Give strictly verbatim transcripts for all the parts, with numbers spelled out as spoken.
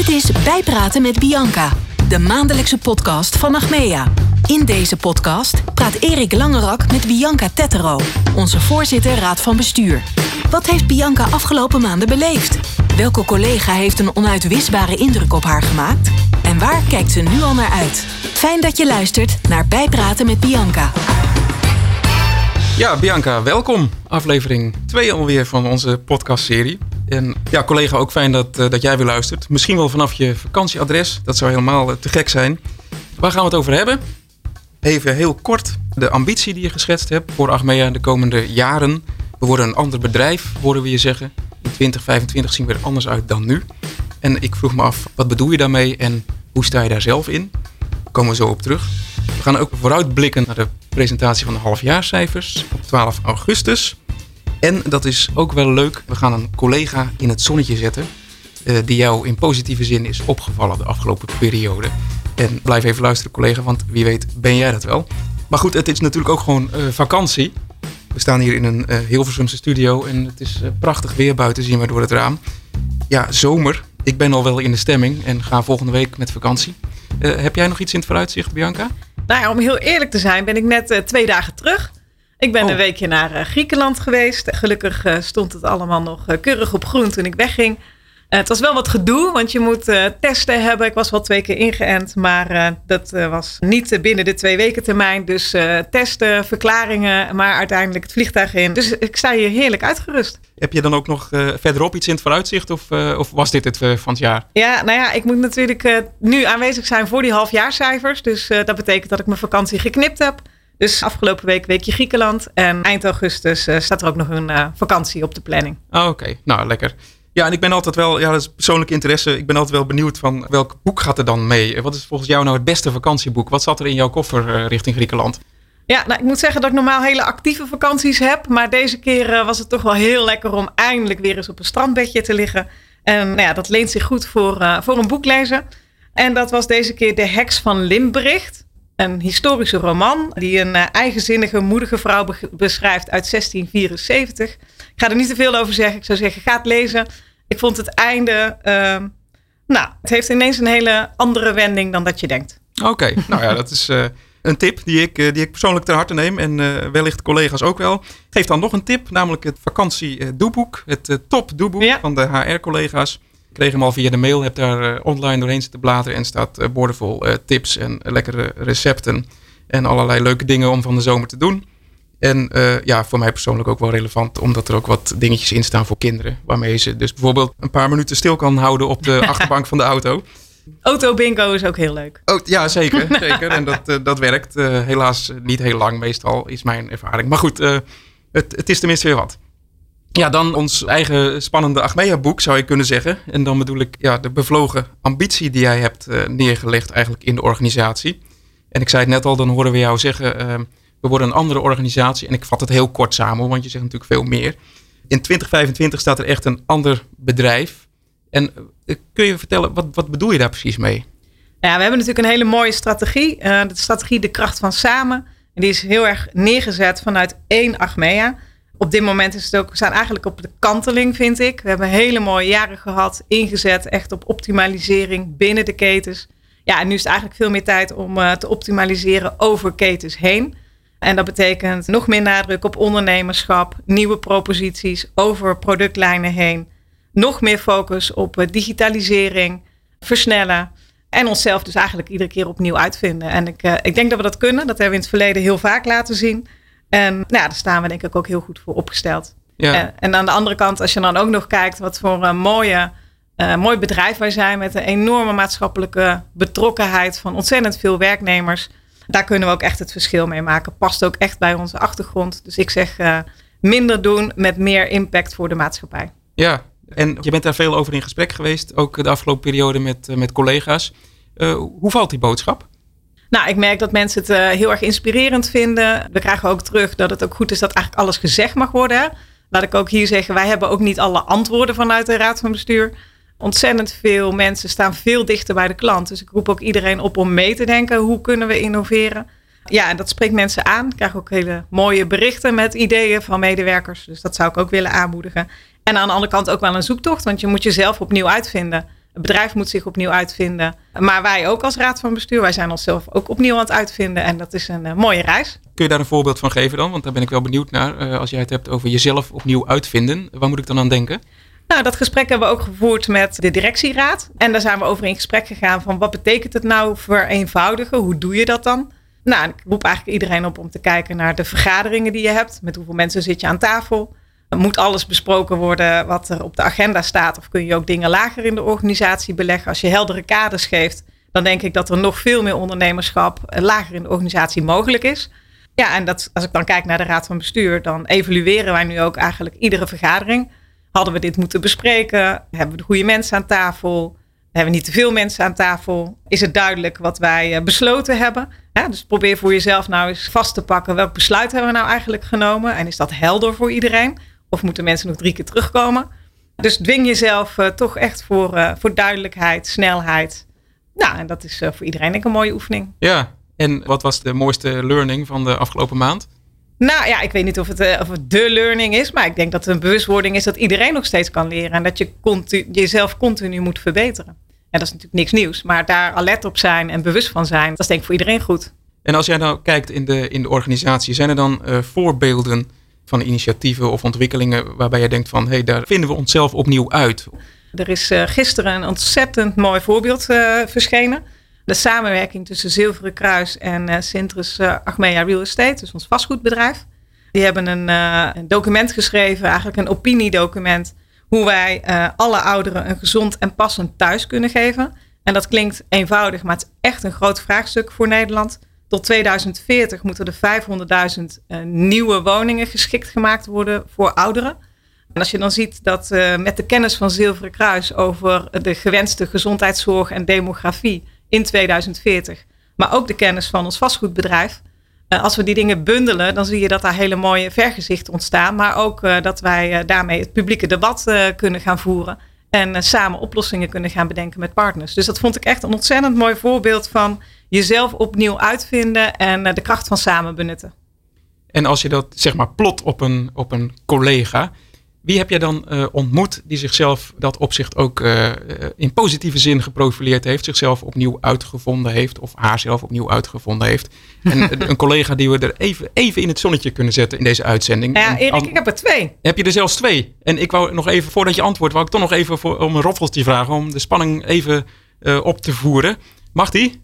Dit is Bijpraten met Bianca, de maandelijkse podcast van Achmea. In deze podcast praat Erik Langerak met Bianca Tettero, onze voorzitter Raad van Bestuur. Wat heeft Bianca afgelopen maanden beleefd? Welke collega heeft een onuitwisbare indruk op haar gemaakt? En waar kijkt ze nu al naar uit? Fijn dat je luistert naar Bijpraten met Bianca. Ja, Bianca, welkom. Aflevering twee alweer van onze podcastserie. En ja, collega, ook fijn dat, uh, dat jij weer luistert. Misschien wel vanaf je vakantieadres. Dat zou helemaal uh, te gek zijn. Waar gaan we het over hebben? Even heel kort de ambitie die je geschetst hebt voor Achmea de komende jaren. We worden een ander bedrijf, horen we je zeggen. In twintig vijfentwintig zien we er anders uit dan nu. En ik vroeg me af, wat bedoel je daarmee en hoe sta je daar zelf in? Daar komen we zo op terug. We gaan ook vooruitblikken naar de presentatie van de halfjaarcijfers op twaalf augustus. En dat is ook wel leuk, we gaan een collega in het zonnetje zetten uh, die jou in positieve zin is opgevallen de afgelopen periode. En blijf even luisteren, collega, want wie weet ben jij dat wel. Maar goed, het is natuurlijk ook gewoon uh, vakantie. We staan hier in een uh, Hilversumse studio en het is uh, prachtig weer buiten, zien we door het raam. Ja, zomer. Ik ben al wel in de stemming en ga volgende week met vakantie. Uh, heb jij nog iets in het vooruitzicht, Bianca? Nou ja, om heel eerlijk te zijn ben ik net uh, twee dagen terug. Ik ben oh. een weekje naar uh, Griekenland geweest. Gelukkig uh, stond het allemaal nog uh, keurig op groen toen ik wegging. Uh, het was wel wat gedoe, want je moet uh, testen hebben. Ik was wel twee keer ingeënt, maar uh, dat uh, was niet uh, binnen de twee weken termijn. Dus uh, testen, verklaringen, maar uiteindelijk het vliegtuig in. Dus ik sta hier heerlijk uitgerust. Heb je dan ook nog uh, verderop iets in het vooruitzicht of, uh, of was dit het uh, van het jaar? Ja, nou ja, ik moet natuurlijk uh, nu aanwezig zijn voor die halfjaarcijfers. Dus uh, dat betekent dat ik mijn vakantie geknipt heb. Dus afgelopen week weekje Griekenland. En eind augustus uh, staat er ook nog een uh, vakantie op de planning. Oh, Oké, okay. Nou lekker. Ja, en ik ben altijd wel, ja, dat is persoonlijke interesse. Ik ben altijd wel benieuwd van welk boek gaat er dan mee? Wat is volgens jou nou het beste vakantieboek? Wat zat er in jouw koffer uh, richting Griekenland? Ja, nou, ik moet zeggen dat ik normaal hele actieve vakanties heb. Maar deze keer uh, was het toch wel heel lekker om eindelijk weer eens op een strandbedje te liggen. En nou ja, dat leent zich goed voor, uh, voor een boek lezen. En dat was deze keer De Heks van Limbricht. Een historische roman die een uh, eigenzinnige, moedige vrouw be- beschrijft uit zestien vierenzeventig. Ik ga er niet te veel over zeggen. Ik zou zeggen, ga het lezen. Ik vond het einde... Uh, nou, het heeft ineens een hele andere wending dan dat je denkt. Oké, okay. Nou ja, dat is... Uh... Een tip die ik, die ik persoonlijk ter harte neem en uh, wellicht collega's ook wel. Geef dan nog een tip, namelijk het vakantie-doeboek. Het uh, top-doeboek ja. van de H R-collega's. Ik kreeg hem al via de mail, heb daar uh, online doorheen zitten bladeren en staat uh, boordevol uh, tips en uh, lekkere recepten. En allerlei leuke dingen om van de zomer te doen. En uh, ja, voor mij persoonlijk ook wel relevant, omdat er ook wat dingetjes in staan voor kinderen. Waarmee ze dus bijvoorbeeld een paar minuten stil kan houden op de achterbank van de auto. Auto bingo is ook heel leuk. Oh, ja, zeker. zeker. En dat, uh, dat werkt uh, helaas niet heel lang meestal, is mijn ervaring. Maar goed, uh, het, het is tenminste weer wat. Ja, dan ons eigen spannende Achmea-boek zou je kunnen zeggen. En dan bedoel ik ja, de bevlogen ambitie die jij hebt uh, neergelegd eigenlijk in de organisatie. En ik zei het net al, dan horen we jou zeggen, uh, we worden een andere organisatie. En ik vat het heel kort samen, want je zegt natuurlijk veel meer. In twintig vijfentwintig staat er echt een ander bedrijf. En kun je vertellen, wat, wat bedoel je daar precies mee? Ja, we hebben natuurlijk een hele mooie strategie. Uh, de strategie De Kracht van Samen. En die is heel erg neergezet vanuit één Achmea. Op dit moment is het ook, we staan eigenlijk op de kanteling, vind ik. We hebben hele mooie jaren gehad, ingezet echt op optimalisering binnen de ketens. Ja, en nu is het eigenlijk veel meer tijd om uh, te optimaliseren over ketens heen. En dat betekent nog meer nadruk op ondernemerschap, nieuwe proposities over productlijnen heen. Nog meer focus op digitalisering, versnellen en onszelf dus eigenlijk iedere keer opnieuw uitvinden. En ik, uh, ik denk dat we dat kunnen. Dat hebben we in het verleden heel vaak laten zien. En nou ja, daar staan we denk ik ook heel goed voor opgesteld. Ja. Uh, en aan de andere kant, als je dan ook nog kijkt wat voor een mooie, uh, mooi bedrijf wij zijn met een enorme maatschappelijke betrokkenheid van ontzettend veel werknemers. Daar kunnen we ook echt het verschil mee maken. Past ook echt bij onze achtergrond. Dus ik zeg uh, minder doen met meer impact voor de maatschappij. Ja. En je bent daar veel over in gesprek geweest, ook de afgelopen periode met, met collega's. Uh, hoe valt die boodschap? Nou, ik merk dat mensen het uh, heel erg inspirerend vinden. We krijgen ook terug dat het ook goed is dat eigenlijk alles gezegd mag worden. Hè? Laat ik ook hier zeggen, wij hebben ook niet alle antwoorden vanuit de Raad van Bestuur. Ontzettend veel mensen staan veel dichter bij de klant. Dus ik roep ook iedereen op om mee te denken, hoe kunnen we innoveren? Ja, en dat spreekt mensen aan. Ik krijg ook hele mooie berichten met ideeën van medewerkers. Dus dat zou ik ook willen aanmoedigen. En aan de andere kant ook wel een zoektocht, want je moet jezelf opnieuw uitvinden. Het bedrijf moet zich opnieuw uitvinden. Maar wij ook als raad van bestuur. Wij zijn onszelf ook opnieuw aan het uitvinden. En dat is een uh, mooie reis. Kun je daar een voorbeeld van geven dan? Want daar ben ik wel benieuwd naar. Uh, als jij het hebt over jezelf opnieuw uitvinden. Waar moet ik dan aan denken? Nou, dat gesprek hebben we ook gevoerd met de directieraad. En daar zijn we over in gesprek gegaan van wat betekent het nou vereenvoudigen? Hoe doe je dat dan? Nou, ik roep eigenlijk iedereen op om te kijken naar de vergaderingen die je hebt. Met hoeveel mensen zit je aan tafel? Moet alles besproken worden wat er op de agenda staat? Of kun je ook dingen lager in de organisatie beleggen? Als je heldere kaders geeft, dan denk ik dat er nog veel meer ondernemerschap lager in de organisatie mogelijk is. Ja, en dat, als ik dan kijk naar de raad van bestuur, dan evalueren wij nu ook eigenlijk iedere vergadering. Hadden we dit moeten bespreken? Hebben we de goede mensen aan tafel? Hebben we niet te veel mensen aan tafel? Is het duidelijk wat wij besloten hebben? Ja, dus probeer voor jezelf nou eens vast te pakken. Welk besluit hebben we nou eigenlijk genomen? En is dat helder voor iedereen? Of moeten mensen nog drie keer terugkomen? Dus dwing jezelf uh, toch echt voor, uh, voor duidelijkheid, snelheid. Nou, en dat is uh, voor iedereen denk ik een mooie oefening. Ja, en wat was de mooiste learning van de afgelopen maand? Nou ja, ik weet niet of het, uh, of het de learning is. Maar ik denk dat het een bewustwording is dat iedereen nog steeds kan leren. En dat je continu, jezelf continu moet verbeteren. En dat is natuurlijk niks nieuws. Maar daar alert op zijn en bewust van zijn, dat is denk ik voor iedereen goed. En als jij nou kijkt in de, in de organisatie, zijn er dan uh, voorbeelden van initiatieven of ontwikkelingen waarbij je denkt van, hé, hey, daar vinden we onszelf opnieuw uit? Er is uh, gisteren een ontzettend mooi voorbeeld uh, verschenen. De samenwerking tussen Zilveren Kruis en uh, Syntrus uh, Achmea Real Estate, dus ons vastgoedbedrijf. Die hebben een, uh, een document geschreven, eigenlijk een opiniedocument, hoe wij uh, alle ouderen een gezond en passend thuis kunnen geven. En dat klinkt eenvoudig, maar het is echt een groot vraagstuk voor Nederland. Tot tweeduizend veertig moeten er vijfhonderdduizend uh, nieuwe woningen geschikt gemaakt worden voor ouderen. En als je dan ziet dat uh, met de kennis van Zilveren Kruis over de gewenste gezondheidszorg en demografie in tweeduizend veertig, maar ook de kennis van ons vastgoedbedrijf. Uh, als we die dingen bundelen, dan zie je dat daar hele mooie vergezichten ontstaan. Maar ook uh, dat wij uh, daarmee het publieke debat uh, kunnen gaan voeren. En uh, samen oplossingen kunnen gaan bedenken met partners. Dus dat vond ik echt een ontzettend mooi voorbeeld van jezelf opnieuw uitvinden en uh, de kracht van samen benutten. En als je dat zeg maar plot op een, op een collega, wie heb jij dan uh, ontmoet die zichzelf dat opzicht ook uh, in positieve zin geprofileerd heeft, zichzelf opnieuw uitgevonden heeft of haarzelf opnieuw uitgevonden heeft? En een collega die we er even, even in het zonnetje kunnen zetten in deze uitzending. Ja, Erik, ik heb er twee. Heb je er zelfs twee? En ik wou nog even, voordat je antwoordt, wou ik toch nog even voor, om een roffeltje vragen, om de spanning even uh, op te voeren. Mag die?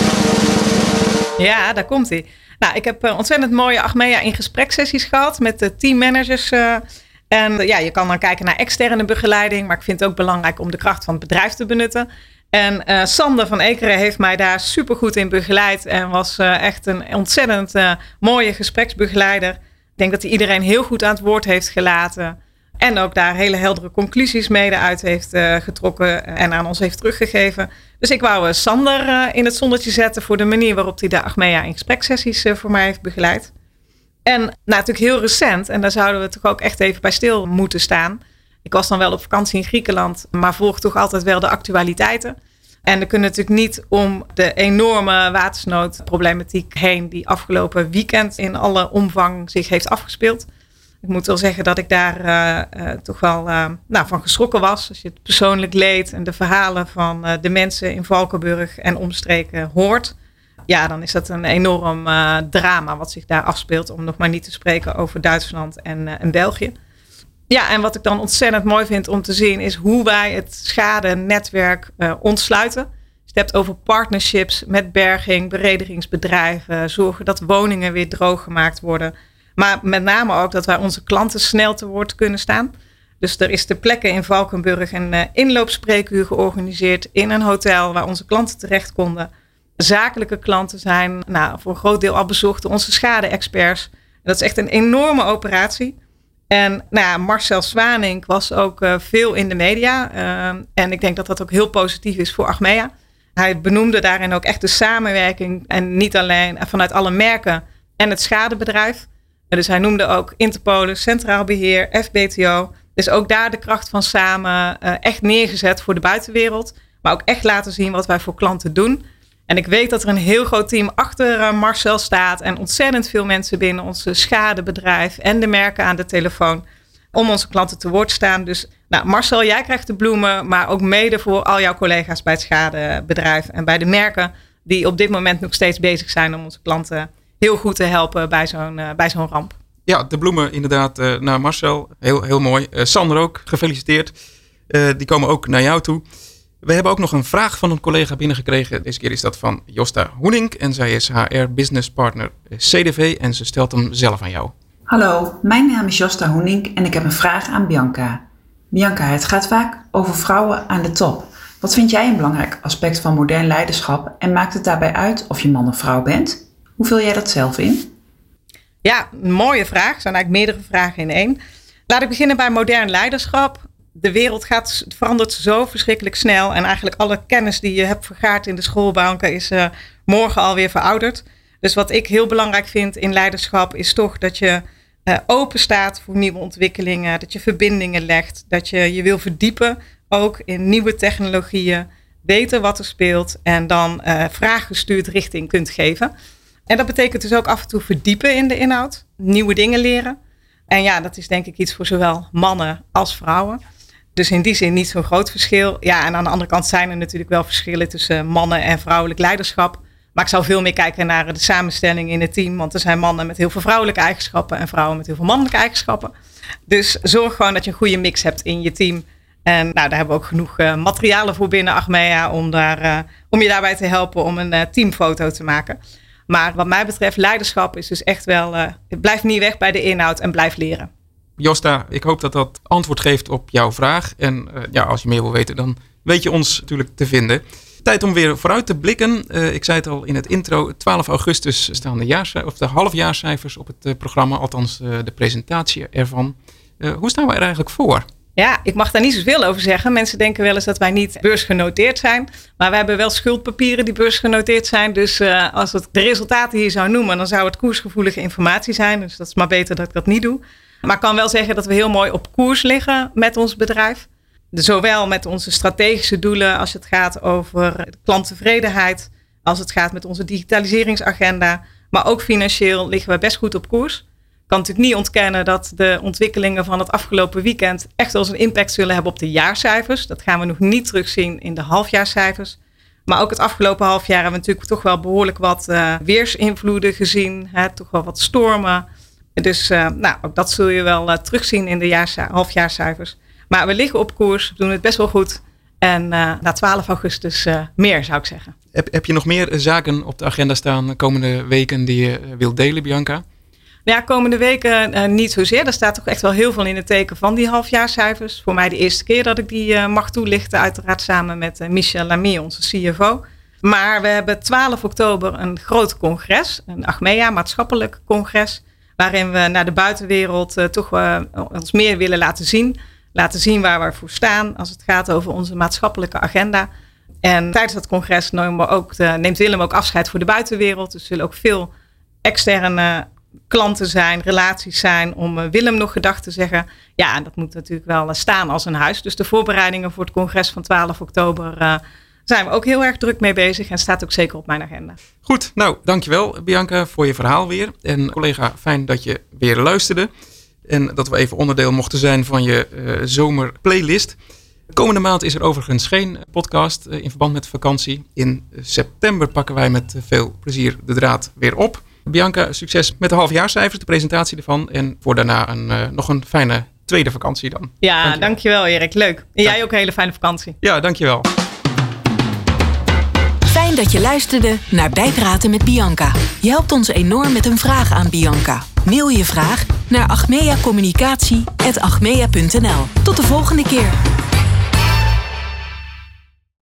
Ja, daar komt hij. Nou, ik heb uh, ontzettend mooie Achmea in gespreksessies gehad met de teammanagers. Uh, En ja, je kan dan kijken naar externe begeleiding. Maar ik vind het ook belangrijk om de kracht van het bedrijf te benutten. En uh, Sander van Ekeren heeft mij daar supergoed in begeleid. En was uh, echt een ontzettend uh, mooie gespreksbegeleider. Ik denk dat hij iedereen heel goed aan het woord heeft gelaten. En ook daar hele heldere conclusies mede uit heeft uh, getrokken. En aan ons heeft teruggegeven. Dus ik wou uh, Sander uh, in het zonnetje zetten voor de manier waarop hij de Achmea in gespreksessies uh, voor mij heeft begeleid. En nou, natuurlijk heel recent, en daar zouden we toch ook echt even bij stil moeten staan. Ik was dan wel op vakantie in Griekenland, maar volg toch altijd wel de actualiteiten. En we kunnen natuurlijk niet om de enorme watersnoodproblematiek heen die afgelopen weekend in alle omvang zich heeft afgespeeld. Ik moet wel zeggen dat ik daar uh, uh, toch wel uh, nou, van geschrokken was. Als je het persoonlijk leed en de verhalen van uh, de mensen in Valkenburg en omstreken hoort. Ja, dan is dat een enorm uh, drama wat zich daar afspeelt. Om nog maar niet te spreken over Duitsland en, uh, en België. Ja, en wat ik dan ontzettend mooi vind om te zien is hoe wij het schadenetwerk uh, ontsluiten. Dus je hebt over partnerships met berging, beredigingsbedrijven. Zorgen dat woningen weer droog gemaakt worden. Maar met name ook dat wij onze klanten snel te woord kunnen staan. Dus er is ter plekke in Valkenburg een uh, inloopspreekuur georganiseerd in een hotel waar onze klanten terecht konden. Zakelijke klanten zijn nou, voor een groot deel al bezocht door onze schade-experts. Dat is echt een enorme operatie. En nou ja, Marcel Zwanink was ook uh, veel in de media. Uh, en ik denk dat dat ook heel positief is voor Achmea. Hij benoemde daarin ook echt de samenwerking. En niet alleen vanuit alle merken en het schadebedrijf. Dus hij noemde ook Interpolis, Centraal Beheer, F B T O. Dus ook daar de kracht van samen uh, echt neergezet voor de buitenwereld. Maar ook echt laten zien wat wij voor klanten doen. En ik weet dat er een heel groot team achter uh, Marcel staat. En ontzettend veel mensen binnen ons schadebedrijf en de merken aan de telefoon. om onze klanten te woord te staan. Dus nou, Marcel, jij krijgt de bloemen, maar ook mede voor al jouw collega's bij het schadebedrijf en bij de merken die op dit moment nog steeds bezig zijn om onze klanten heel goed te helpen bij zo'n, uh, bij zo'n ramp. Ja, de bloemen inderdaad uh, naar Marcel. Heel, heel mooi. Uh, Sander ook, gefeliciteerd. Uh, die komen ook naar jou toe. We hebben ook nog een vraag van een collega binnengekregen. Deze keer is dat van Josta Hoenink. En zij is H R Business Partner C D V. En ze stelt hem zelf aan jou. Hallo, mijn naam is Josta Hoenink en ik heb een vraag aan Bianca. Bianca, het gaat vaak over vrouwen aan de top. Wat vind jij een belangrijk aspect van modern leiderschap? En maakt het daarbij uit of je man of vrouw bent? Hoe vul jij dat zelf in? Ja, een mooie vraag. Er zijn eigenlijk meerdere vragen in één. Laat ik beginnen bij modern leiderschap. De wereld gaat, verandert zo verschrikkelijk snel. En eigenlijk alle kennis die je hebt vergaard in de schoolbanken is uh, morgen alweer verouderd. Dus wat ik heel belangrijk vind in leiderschap is toch dat je uh, open staat voor nieuwe ontwikkelingen. Dat je verbindingen legt. Dat je je wil verdiepen ook in nieuwe technologieën. Weten wat er speelt. En dan uh, vraaggestuurd richting kunt geven. En dat betekent dus ook af en toe verdiepen in de inhoud. Nieuwe dingen leren. En ja, dat is denk ik iets voor zowel mannen als vrouwen. Dus in die zin niet zo'n groot verschil. Ja, en aan de andere kant zijn er natuurlijk wel verschillen tussen mannen en vrouwelijk leiderschap. Maar ik zou veel meer kijken naar de samenstelling in het team. Want er zijn mannen met heel veel vrouwelijke eigenschappen en vrouwen met heel veel mannelijke eigenschappen. Dus zorg gewoon dat je een goede mix hebt in je team. En nou, daar hebben we ook genoeg uh, materialen voor binnen Achmea om, daar, uh, om je daarbij te helpen om een uh, teamfoto te maken. Maar wat mij betreft, leiderschap is dus echt wel, uh, blijf niet weg bij de inhoud en blijf leren. Josta, ik hoop dat dat antwoord geeft op jouw vraag. En uh, ja, als je meer wil weten, dan weet je ons natuurlijk te vinden. Tijd om weer vooruit te blikken. Uh, ik zei het al in het intro, twaalf augustus staan de, jaarcijf- of de halfjaarcijfers op het uh, programma. Althans, uh, de presentatie ervan. Uh, hoe staan we er eigenlijk voor? Ja, ik mag daar niet zoveel over zeggen. Mensen denken wel eens dat wij niet beursgenoteerd zijn. Maar we hebben wel schuldpapieren die beursgenoteerd zijn. Dus uh, als het de resultaten hier zou noemen, dan zou het koersgevoelige informatie zijn. Dus dat is maar beter dat ik dat niet doe. Maar ik kan wel zeggen dat we heel mooi op koers liggen met ons bedrijf. Zowel met onze strategische doelen als het gaat over klanttevredenheid. Als het gaat met onze digitaliseringsagenda. Maar ook financieel liggen we best goed op koers. Ik kan natuurlijk niet ontkennen dat de ontwikkelingen van het afgelopen weekend echt wel eens een impact zullen hebben op de jaarcijfers. Dat gaan we nog niet terugzien in de halfjaarcijfers. Maar ook het afgelopen halfjaar hebben we natuurlijk toch wel behoorlijk wat uh, weersinvloeden gezien. Hè, toch wel wat stormen. Dus uh, nou, ook dat zul je wel uh, terugzien in de jaarci- halfjaarcijfers. Maar we liggen op koers, we doen het best wel goed. En uh, na twaalf augustus uh, meer, zou ik zeggen. Heb, heb je nog meer zaken op de agenda staan de komende weken die je wilt delen, Bianca? Nou ja, komende weken uh, niet zozeer. Er staat toch echt wel heel veel in het teken van die halfjaarcijfers. Voor mij de eerste keer dat ik die uh, mag toelichten. Uiteraard samen met uh, Michel Lamy, onze C F O. Maar we hebben twaalf oktober een groot congres. Een Achmea maatschappelijk congres. Waarin we naar de buitenwereld uh, toch uh, ons meer willen laten zien. Laten zien waar we voor staan als het gaat over onze maatschappelijke agenda. En tijdens dat congres neemt, we ook de, neemt Willem ook afscheid voor de buitenwereld. Dus er zullen ook veel externe klanten zijn, relaties zijn om uh, Willem nog gedag te zeggen. Ja, en dat moet natuurlijk wel uh, staan als een huis. Dus de voorbereidingen voor het congres van twaalf oktober uh, zijn we ook heel erg druk mee bezig en staat ook zeker op mijn agenda. Goed, nou dankjewel Bianca voor je verhaal weer. En collega, fijn dat je weer luisterde. En dat we even onderdeel mochten zijn van je uh, zomerplaylist. Komende maand is er overigens geen podcast uh, in verband met vakantie. In september pakken wij met veel plezier de draad weer op. Bianca, succes met de halfjaarcijfers, de presentatie ervan. En voor daarna een, uh, nog een fijne tweede vakantie dan. Ja, dankjewel, dankjewel Erik. Leuk. En jij ook een hele fijne vakantie. Ja, dankjewel. Fijn dat je luisterde naar Bijpraten met Bianca. Je helpt ons enorm met een vraag aan Bianca. Mail je vraag naar achmeacommunicatie apenstaartje achmea punt n l. Tot de volgende keer.